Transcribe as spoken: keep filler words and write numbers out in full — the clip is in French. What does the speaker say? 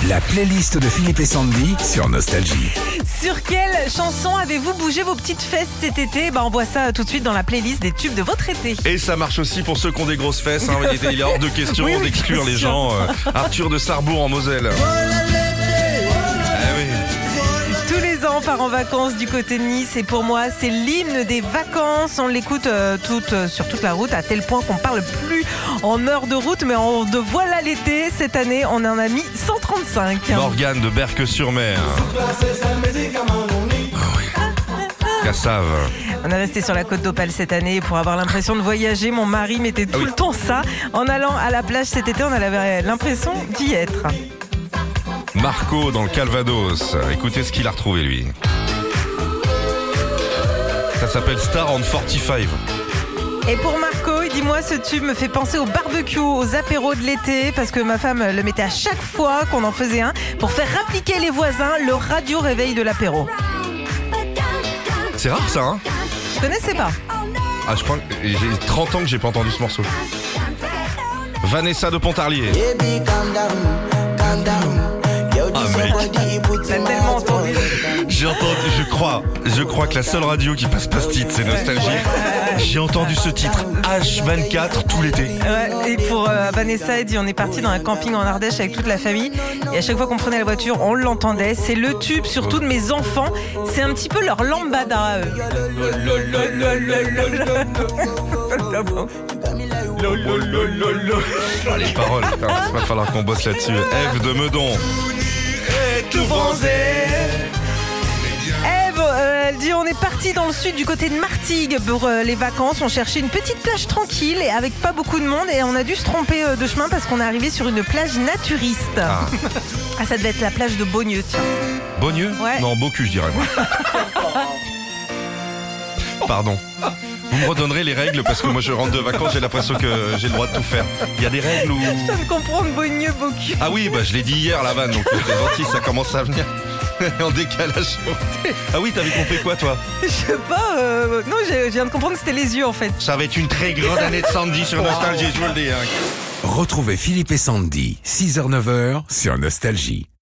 La playlist de Philippe et Sandy sur Nostalgie. Sur quelle chanson avez-vous bougé vos petites fesses cet été? Bah, on voit ça tout de suite dans la playlist des tubes de votre été. Et ça marche aussi pour ceux qui ont des grosses fesses. Hein. Il, était, il est hors de question Oui, oui, d'exclure bien les sûr. gens. Euh, Arthur de Sarrebourg en Moselle. Eh oui. Tous les ans, on part en vacances du côté de Nice et pour moi, c'est l'hymne des vacances. On l'écoute euh, toute, euh, sur toute la route à tel point qu'on parle plus en heure de route, mais en de voilà l'été. Cette année, on en a mis cent trente-cinq. Morgane de Berck-sur-Mer. Cassave. On est resté sur la côte d'Opale cette année pour avoir l'impression de voyager. Mon mari mettait tout Ah oui. le temps ça. En allant à la plage cet été, on avait l'impression d'y être. Marco dans le Calvados. Écoutez ce qu'il a retrouvé lui. Ça s'appelle Star on quarante-cinq. Et pour Marco, il dit moi ce tube me fait penser au barbecue, aux apéros de l'été, parce que ma femme le mettait à chaque fois qu'on en faisait un pour faire rappliquer les voisins le radio réveil de l'apéro. C'est rare ça, hein? Je connaissais pas. Ah, je crois que j'ai trente ans que j'ai pas entendu ce morceau. Vanessa de Pontarlier. Ah mec, T'as tellement entendu. j'ai entendu, je crois, je crois que la seule radio qui passe pas ce titre, c'est Nostalgie. J'ai entendu ce titre H vingt-quatre tout l'été. Ouais, et pour euh, Vanessa, elle dit on est parti dans un camping en Ardèche avec toute la famille et à chaque fois qu'on prenait la voiture, on l'entendait. C'est le tube surtout de mes enfants. C'est un petit peu leur lambada à eux. Ah, les paroles, putain, va falloir qu'on bosse là-dessus. Ève de Meudon. Tout bronzé. Ève, euh, elle dit on est parti dans le sud du côté de Martigues pour euh, les vacances. On cherchait une petite plage tranquille et avec pas beaucoup de monde et on a dû se tromper euh, de chemin parce qu'on est arrivé sur une plage naturiste. Ah, Ah, ça devait être la plage de Beaugneux, tiens. Beaugneux? Ouais. Non, Beaucu, je dirais moi. Pardon. Vous me redonnerez les règles parce que moi je rentre de vacances, j'ai l'impression que j'ai le droit de tout faire. Il y a des règles où... Je viens de comprendre Beaugneux, Beaucu. Ah oui, bah je l'ai dit hier la vanne, donc t'es gentil, ça commence à venir. En décalage. Ah oui, t'avais compris quoi toi? Je sais pas, euh, non, je je viens de comprendre que c'était les yeux en fait. Ça va être une très grande année de Sandy sur Nostalgie, je vous le dis. Hein. Retrouvez Philippe et Sandy, six heures neuf heures sur Nostalgie.